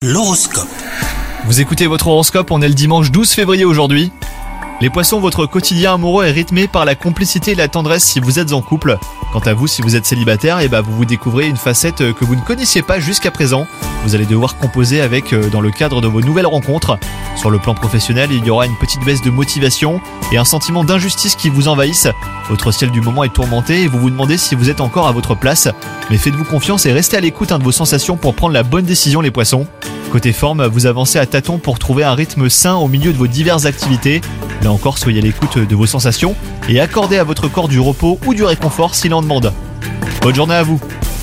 L'horoscope. Vous écoutez votre horoscope, on est le dimanche 12 février aujourd'hui. Les poissons, votre quotidien amoureux est rythmé par la complicité et la tendresse si vous êtes en couple. Quant à vous, si vous êtes célibataire, vous découvrez une facette que vous ne connaissiez pas jusqu'à présent. Vous allez devoir composer avec dans le cadre de vos nouvelles rencontres. Sur le plan professionnel, il y aura une petite baisse de motivation et un sentiment d'injustice qui vous envahissent. Votre ciel du moment est tourmenté et vous vous demandez si vous êtes encore à votre place. Mais faites-vous confiance et restez à l'écoute de vos sensations pour prendre la bonne décision les poissons. Côté forme, vous avancez à tâtons pour trouver un rythme sain au milieu de vos diverses activités. Là encore, soyez à l'écoute de vos sensations et accordez à votre corps du repos ou du réconfort s'il en demande. Bonne journée à vous!